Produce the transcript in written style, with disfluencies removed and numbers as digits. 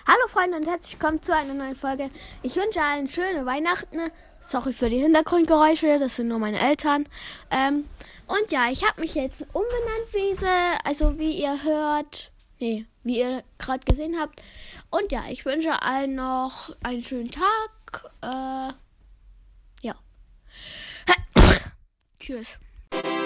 Hallo Freunde und herzlich willkommen zu einer neuen Folge. Ich wünsche allen schöne Weihnachten. Sorry für die Hintergrundgeräusche, das sind nur meine Eltern. Und ja, ich habe mich jetzt umbenannt, wie ihr hört. Wie ihr gerade gesehen habt. Und ja, ich wünsche allen noch einen schönen Tag. Ja. Tschüss.